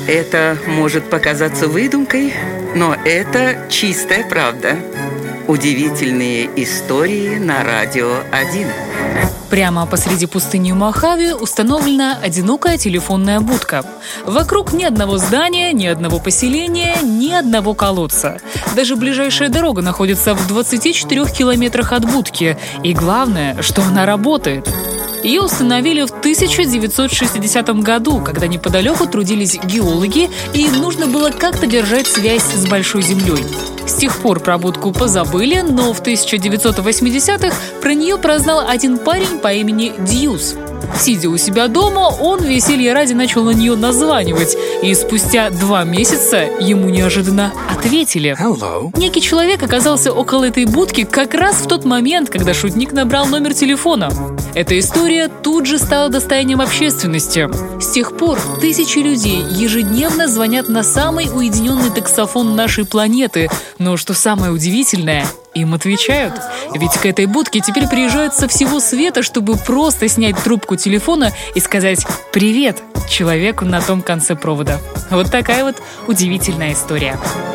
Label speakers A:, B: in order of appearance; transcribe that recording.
A: Это может показаться выдумкой, но это чистая правда. Удивительные истории на Радио 1.
B: Прямо посреди пустыни Мохаве установлена одинокая телефонная будка. Вокруг ни одного здания, ни одного поселения, ни одного колодца. Даже ближайшая дорога находится в 24 километрах от будки. И главное, что она работает. Ее установили в 1960 году, когда неподалеку трудились геологи, и нужно было как-то держать связь с Большой Землей. С тех пор про будку позабыли, но в 1980-х про нее прознал один парень по имени Дьюс. Сидя у себя дома, он веселья ради начал на нее названивать, и спустя 2 месяца ему неожиданно ответили.
C: Hello.
B: Некий человек оказался около этой будки как раз в тот момент, когда шутник набрал номер телефона. Эта история тут же стала достоянием общественности. С тех пор тысячи людей ежедневно звонят на самый уединенный таксофон нашей планеты. Но что самое удивительное, им отвечают. Ведь к этой будке теперь приезжают со всего света, чтобы просто снять трубку телефона и сказать «Привет» человеку на том конце провода. Вот такая вот удивительная история.